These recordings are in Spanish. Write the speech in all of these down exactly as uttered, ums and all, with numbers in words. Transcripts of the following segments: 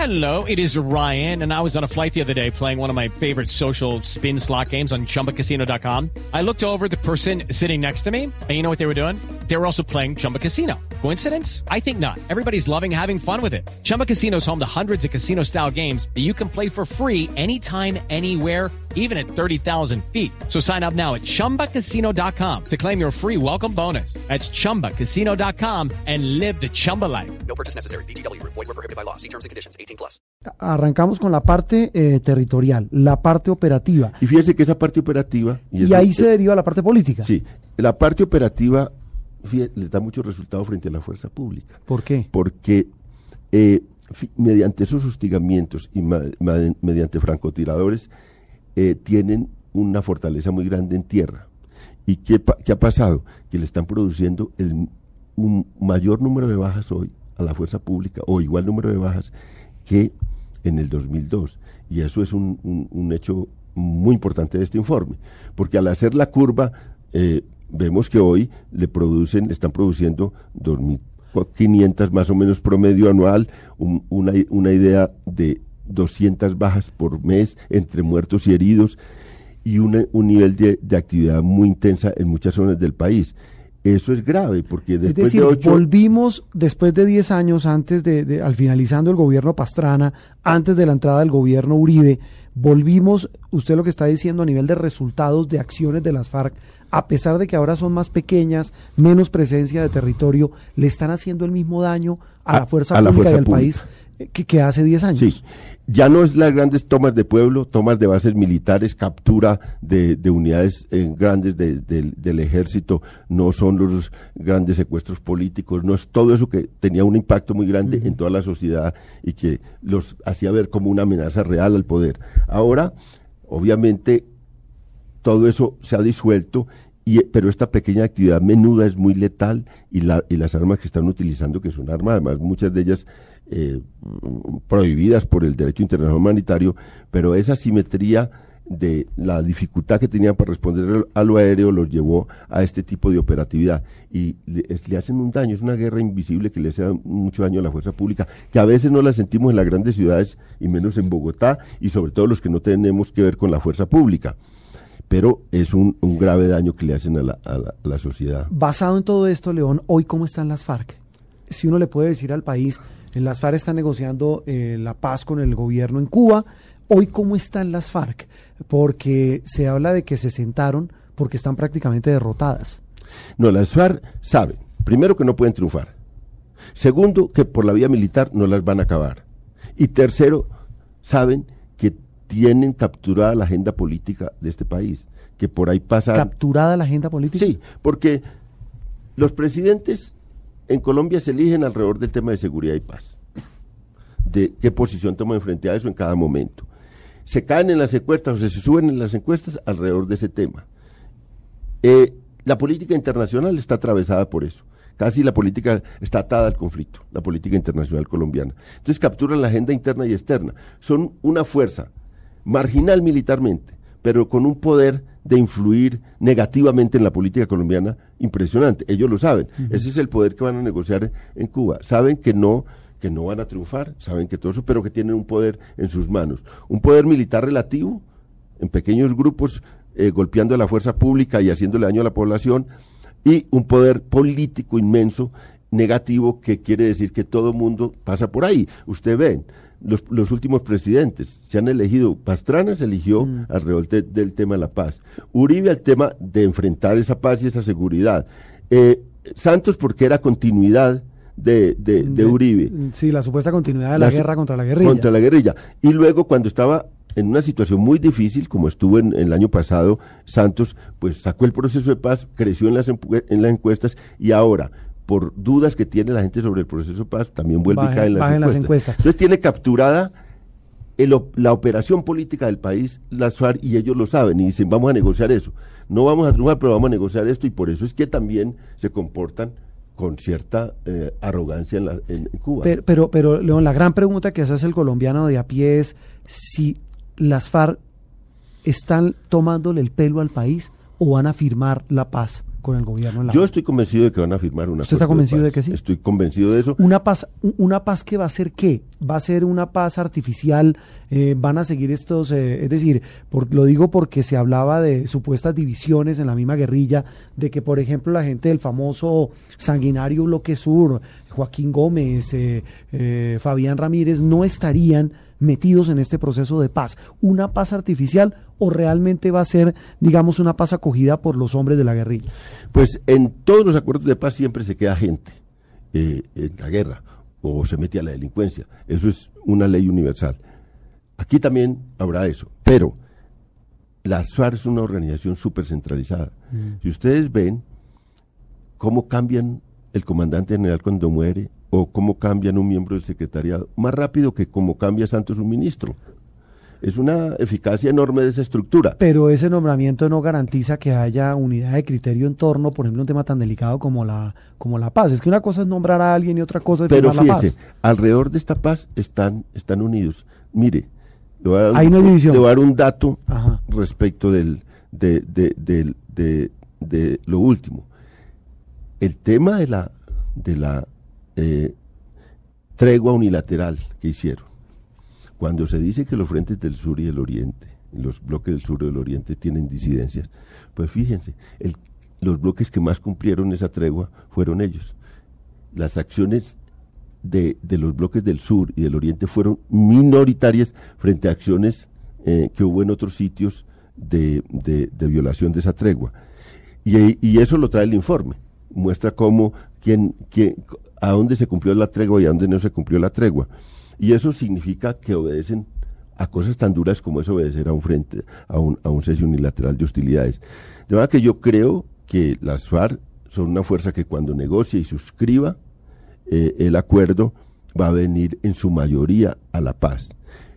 Hello, it is Ryan, and I was on a flight the other day playing one of my favorite social spin slot games on Chumba Casino dot com. I looked over at the person sitting next to me, and you know what they were doing? They were also playing Chumba Casino. Coincidence? I think not. Everybody's loving having fun with it. Chumba Casino is home to hundreds of casino-style games that you can play for free anytime, anywhere, even at thirty thousand feet. So sign up now at Chumba Casino dot com to claim your free welcome bonus. That's Chumba Casino dot com and live the Chumba life. No purchase necessary. V G W. Void where prohibited by law. See terms and conditions. eighteen plus. Arrancamos con la parte eh, territorial, la parte operativa. Y fíjese que esa parte operativa... Y, y ahí es, se deriva la parte política. Sí, la parte operativa fíjese, les da mucho resultado frente a la fuerza pública. ¿Por qué? Porque eh, fi, mediante esos hostigamientos y ma, ma, mediante francotiradores eh, tienen una fortaleza muy grande en tierra. ¿Y qué, qué ha pasado? Que le están produciendo el, un mayor número de bajas hoy a la fuerza pública, o igual número de bajas que en el dos mil dos. Y eso es un, un, un hecho muy importante de este informe, porque al hacer la curva, eh, vemos que hoy le producen, le están produciendo dos mil quinientas más o menos promedio anual, un, una, una idea de doscientas bajas por mes entre muertos y heridos, y una, un nivel de, de actividad muy intensa en muchas zonas del país. Eso es grave, porque después es decir, de ocho... volvimos después de diez años, antes de, de, al finalizando el gobierno Pastrana, antes de la entrada del gobierno Uribe, volvimos, usted lo que está diciendo a nivel de resultados de acciones de las FARC, a pesar de que ahora son más pequeñas, menos presencia de territorio, le están haciendo el mismo daño a, a la fuerza a pública la fuerza del pública. país que, que hace diez años. Sí. Ya no es las grandes tomas de pueblo, tomas de bases militares, captura de, de unidades eh, grandes de, de, del ejército, no son los grandes secuestros políticos, no es todo eso que tenía un impacto muy grande uh-huh. en toda la sociedad y que los hacía ver como una amenaza real al poder. Ahora, obviamente, todo eso se ha disuelto, y, pero esta pequeña actividad menuda es muy letal, y, la, y las armas que están utilizando, que son armas, además muchas de ellas Eh, prohibidas por el derecho internacional humanitario, pero esa simetría de la dificultad que tenían para responder a lo aéreo los llevó a este tipo de operatividad, y le, le hacen un daño, es una guerra invisible que le hace mucho daño a la fuerza pública, que a veces no la sentimos en las grandes ciudades y menos en Bogotá, y sobre todo los que no tenemos que ver con la fuerza pública, pero es un, un grave daño que le hacen a la, a la, a la sociedad. Basado en todo esto, León, hoy ¿cómo están las FARC? Si uno le puede decir al país, en las FARC están negociando eh, la paz con el gobierno en Cuba. Hoy, ¿cómo están las FARC? Porque se habla de que se sentaron porque están prácticamente derrotadas. No, las FARC saben, primero, que no pueden triunfar. Segundo, que por la vía militar no las van a acabar. Y tercero, saben que tienen capturada la agenda política de este país, que por ahí pasa... ¿Capturada la agenda política? Sí, porque los presidentes en Colombia se eligen alrededor del tema de seguridad y paz, de qué posición toman frente a eso en cada momento. Se caen en las encuestas o se suben en las encuestas alrededor de ese tema. Eh, la política internacional está atravesada por eso. Casi la política está atada al conflicto, la política internacional colombiana. Entonces capturan la agenda interna y externa. Son una fuerza marginal militarmente, pero con un poder de influir negativamente en la política colombiana impresionante. Ellos lo saben. Uh-huh. Ese es el poder que van a negociar en Cuba. Saben que no, que no van a triunfar, saben que todo eso, pero que tienen un poder en sus manos. Un poder militar relativo, en pequeños grupos, eh, golpeando a la fuerza pública y haciéndole daño a la población, y un poder político inmenso, negativo, que quiere decir que todo mundo pasa por ahí. Usted ven, los, los últimos presidentes se han elegido, Pastrana se eligió mm. alrededor de, del tema de la paz, Uribe al tema de enfrentar esa paz y esa seguridad, eh, Santos porque era continuidad de, de, de Uribe. Sí, la supuesta continuidad de la, la guerra contra la guerrilla. Contra la guerrilla. Y luego cuando estaba en una situación muy difícil, como estuvo en, en el año pasado, Santos pues sacó el proceso de paz, creció en las, en las encuestas, y ahora, por dudas que tiene la gente sobre el proceso de paz, también vuelve baje, y cae en las, encuestas. las encuestas. Entonces tiene capturada el, la operación política del país, las FARC, y ellos lo saben, y dicen, vamos a negociar eso. No vamos a triunfar, pero vamos a negociar esto, y por eso es que también se comportan con cierta eh, arrogancia en, la, en, en Cuba. Pero, pero, pero, León, la gran pregunta que se hace el colombiano de a pie es si las FARC están tomándole el pelo al país o van a firmar la paz con el gobierno en la Yo paz. estoy convencido de que van a firmar una. ¿Usted está convencido de que sí? Estoy convencido de eso. Una paz, una paz que va a ser ¿qué? Va a ser una paz artificial, eh, van a seguir estos, eh, es decir, por, lo digo porque se hablaba de supuestas divisiones en la misma guerrilla, de que por ejemplo la gente del famoso sanguinario Bloque Sur, Joaquín Gómez, eh, eh, Fabián Ramírez, no estarían metidos en este proceso de paz. ¿Una paz artificial o realmente va a ser, digamos, una paz acogida por los hombres de la guerrilla? Pues en todos los acuerdos de paz siempre se queda gente eh, en la guerra o se mete a la delincuencia. Eso es una ley universal. Aquí también habrá eso, pero las FARC es una organización súper centralizada. Mm. Si ustedes ven cómo cambian el comandante general cuando muere o cómo cambian un miembro del secretariado, más rápido que como cambia Santos un ministro. Es una eficacia enorme de esa estructura. Pero ese nombramiento no garantiza que haya unidad de criterio en torno, por ejemplo, a un tema tan delicado como la como la paz. Es que una cosa es nombrar a alguien y otra cosa es Pero firmar fíjese, la paz. Alrededor de esta paz están, están unidos. Mire, le voy a dar, Ahí no hay división. Le voy a dar un dato Ajá. respecto del, de, de, de, de, de lo último. El tema de la, de la eh, tregua unilateral que hicieron. Cuando se dice que los frentes del sur y del oriente, los bloques del sur y del oriente tienen disidencias, pues fíjense, el, los bloques que más cumplieron esa tregua fueron ellos. Las acciones de, de los bloques del sur y del oriente fueron minoritarias frente a acciones eh, que hubo en otros sitios de, de, de violación de esa tregua. Y, y eso lo trae el informe, muestra cómo, quién, quién, a dónde se cumplió la tregua y a dónde no se cumplió la tregua. Y eso significa que obedecen a cosas tan duras como es obedecer a un frente, a un, a un cese unilateral de hostilidades. De manera que yo creo que las FARC son una fuerza que cuando negocie y suscriba eh, el acuerdo va a venir en su mayoría a la paz.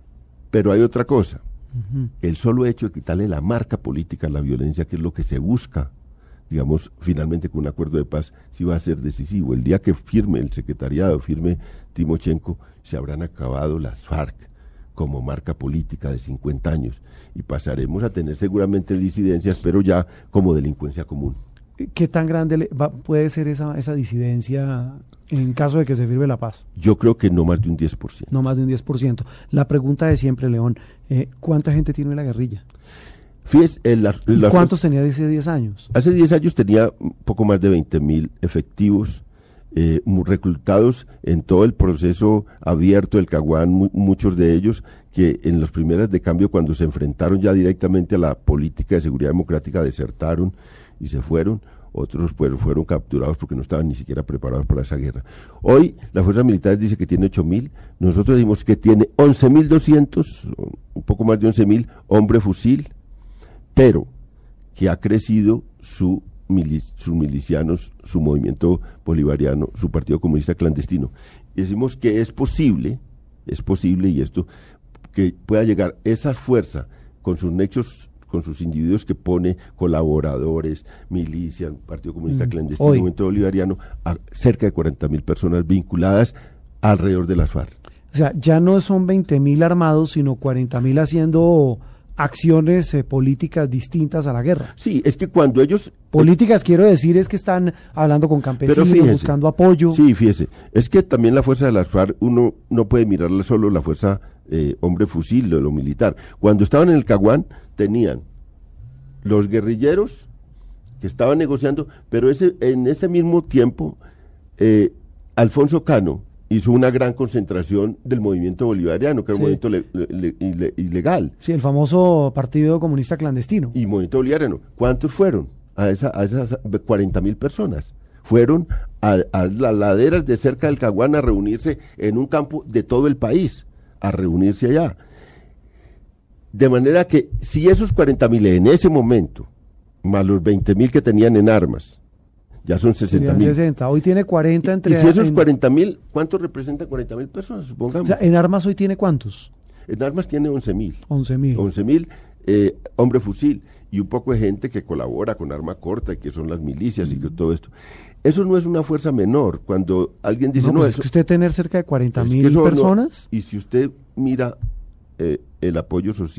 Pero hay otra cosa, uh-huh. El solo hecho de quitarle la marca política a la violencia, que es lo que se busca, digamos, finalmente con un acuerdo de paz, sí va a ser decisivo. El día que firme el secretariado, firme Timochenko, se habrán acabado las FARC como marca política de cincuenta años y pasaremos a tener seguramente disidencias, pero ya como delincuencia común. ¿Qué tan grande le, va, puede ser esa, esa disidencia en caso de que se firme la paz? Yo creo que no más de un diez por ciento. No más de un diez por ciento. La pregunta de siempre, León, eh, ¿cuánta gente tiene la guerrilla? Fíjese, el, la, ¿Y la, cuántos tenía hace diez años? Hace diez años tenía un poco más de veinte mil efectivos eh, reclutados en todo el proceso abierto del Caguán, mu muchos de ellos que en las primeras de cambio, cuando se enfrentaron ya directamente a la política de seguridad democrática, desertaron y se fueron. Otros pues, fueron capturados porque no estaban ni siquiera preparados para esa guerra. Hoy la Fuerza Militar dice que tiene ocho mil, nosotros decimos que tiene once mil doscientos, un poco más de once mil hombre fusil, pero que ha crecido su mili sus milicianos, su movimiento bolivariano, su partido comunista clandestino. Y decimos que es posible, es posible y esto, que pueda llegar esa fuerza con sus nexos, con sus individuos que pone colaboradores, milicia, partido comunista mm, clandestino, hoy. Movimiento bolivariano, a cerca de cuarenta mil personas vinculadas alrededor de las FARC. O sea, ya no son veinte mil armados, sino cuarenta mil haciendo acciones eh, políticas distintas a la guerra. Sí, es que cuando ellos... Políticas, eh, quiero decir, es que están hablando con campesinos, fíjese, buscando apoyo. Sí, fíjese, es que también la fuerza de las FARC, uno no puede mirarla solo la fuerza eh, hombre fusil, de lo militar. Cuando estaban en el Caguán, tenían los guerrilleros que estaban negociando, pero ese en ese mismo tiempo, eh, Alfonso Cano hizo una gran concentración del movimiento bolivariano, que era sí. un movimiento le, le, le, ilegal. Sí, el famoso Partido Comunista Clandestino. Y movimiento bolivariano. ¿Cuántos fueron? A, esa, a esas cuarenta mil personas. Fueron a, a las laderas de cerca del Caguán a reunirse en un campo de todo el país, a reunirse allá. De manera que si esos cuarenta mil en ese momento, más los veinte mil que tenían en armas, ya son sesenta mil. sesenta, hoy tiene cuarenta entre... Y si esos en... cuarenta mil, ¿cuántos representan cuarenta mil personas? Supongamos. O sea, en armas hoy tiene ¿cuántos? En armas tiene once mil. once mil. once mil, eh, hombre fusil, y un poco de gente que colabora con arma corta, y que son las milicias mm. y que todo esto. Eso no es una fuerza menor. Cuando alguien dice... No, no pues eso, es que usted tener cerca de cuarenta mil personas... No, y si usted mira eh, el apoyo social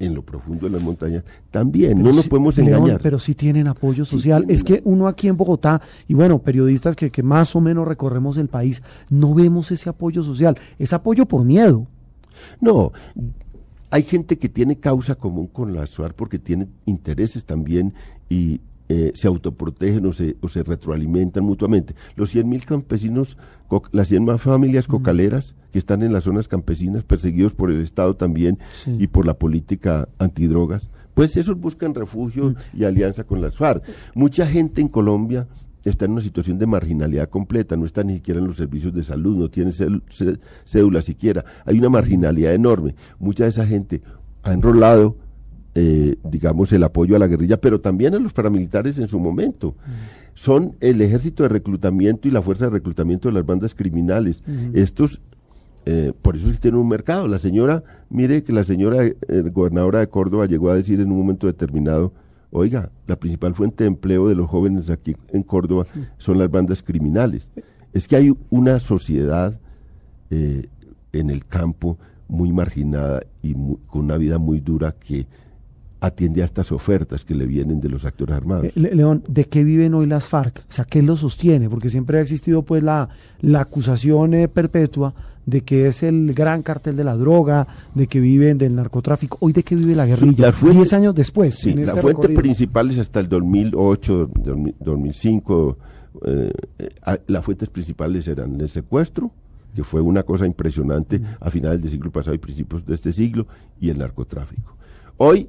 en lo profundo de las montañas, también, Pero no nos sí, podemos León, engañar. pero sí tienen apoyo Sí social. tienen. Es que uno aquí en Bogotá, y bueno, periodistas que, que más o menos recorremos el país, no vemos ese apoyo social. Es apoyo por miedo. No, hay gente que tiene causa común con las FARC porque tiene intereses también y eh, se autoprotegen o se, o se retroalimentan mutuamente. Los cien mil campesinos, co- las cien más familias cocaleras que están en las zonas campesinas, perseguidos por el Estado también Sí. y por la política antidrogas, pues esos buscan refugio y alianza con las FARC. Mucha gente en Colombia está en una situación de marginalidad completa, no está ni siquiera en los servicios de salud, no tiene cél- cé- cédula siquiera, hay una marginalidad enorme. Mucha de esa gente ha enrolado, eh, digamos, el apoyo a la guerrilla, pero también a los paramilitares en su momento. Son el ejército de reclutamiento y la fuerza de reclutamiento de las bandas criminales. Estos, eh, por eso sí tienen un mercado. La señora, mire que la señora eh, gobernadora de Córdoba llegó a decir en un momento determinado, oiga, la principal fuente de empleo de los jóvenes aquí en Córdoba son las bandas criminales. Es que hay una sociedad eh, en el campo muy marginada y muy, con una vida muy dura que atiende a estas ofertas que le vienen de los actores armados. Eh, Le- León, ¿de qué viven hoy las FARC? O sea, ¿qué los sostiene? Porque siempre ha existido pues la, la acusación eh, perpetua de que es el gran cartel de la droga, de que viven del narcotráfico. ¿Hoy de qué vive la guerrilla? la fuente- Diez años después. Sí, en la este fuente recorrido. principal es hasta el dos mil ocho, dos mil dos mil cinco. Eh, eh, ah, las fuentes principales eran el secuestro, que fue una cosa impresionante a finales del siglo pasado y principios de este siglo, y el narcotráfico. Hoy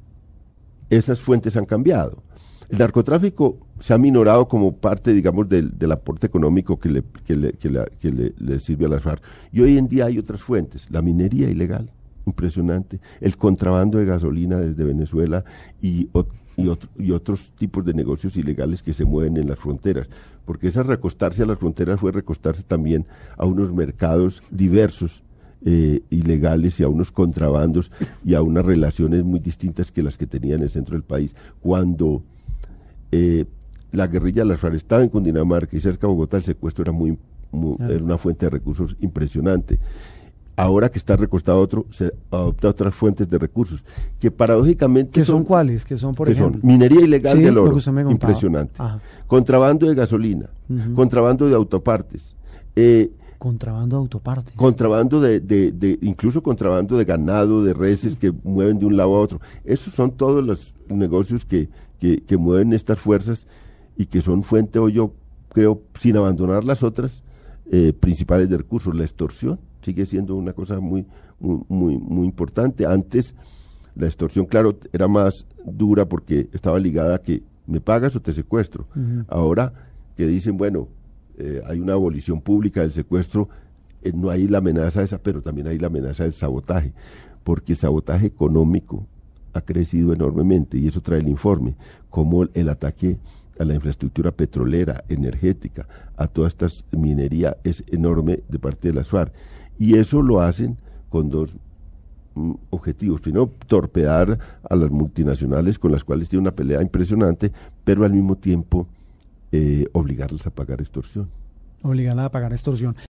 esas fuentes han cambiado. El narcotráfico se ha minorado como parte, digamos, del, del aporte económico que, le, que, le, que, la- que le, le sirve a las FARC. Y hoy en día hay otras fuentes, la minería ilegal, impresionante, el contrabando de gasolina desde Venezuela y, ot- y, otro- y otros tipos de negocios ilegales que se mueven en las fronteras. Porque esa recostarse a las fronteras fue recostarse también a unos mercados diversos, eh, ilegales y a unos contrabandos y a unas relaciones muy distintas que las que tenía en el centro del país. Cuando eh, la guerrilla de las FARC estaba en Cundinamarca y cerca de Bogotá, el secuestro era muy, muy Claro. era una fuente de recursos impresionante. Ahora que está recostado otro, se adopta otras fuentes de recursos, que paradójicamente ¿Qué son cuáles? ¿Qué son, por que ejemplo? son minería ilegal Sí, del lo oro, que usted me contaba. impresionante, Ajá. contrabando de gasolina, Ujú. contrabando de autopartes, eh, Contrabando de autopartes. contrabando de, de, de, incluso contrabando de ganado, de reses que mueven de un lado a otro. Esos son todos los negocios que, que, que mueven estas fuerzas y que son fuente, o yo creo, sin abandonar las otras eh, principales de recursos. La extorsión sigue siendo una cosa muy, muy, muy, muy importante. Antes la extorsión, claro, era más dura porque estaba ligada a que me pagas o te secuestro. Ujú. Ahora que dicen, bueno, eh, hay una abolición pública del secuestro, eh, no hay la amenaza esa, pero también hay la amenaza del sabotaje, porque el sabotaje económico ha crecido enormemente, y eso trae el informe, como el ataque a la infraestructura petrolera, energética, a toda esta minería es enorme de parte de las FARC, y eso lo hacen con dos mm, objetivos. Primero, torpedear a las multinacionales con las cuales tiene una pelea impresionante, pero al mismo tiempo eh, obligarlas a pagar extorsión. Obligarla a pagar extorsión.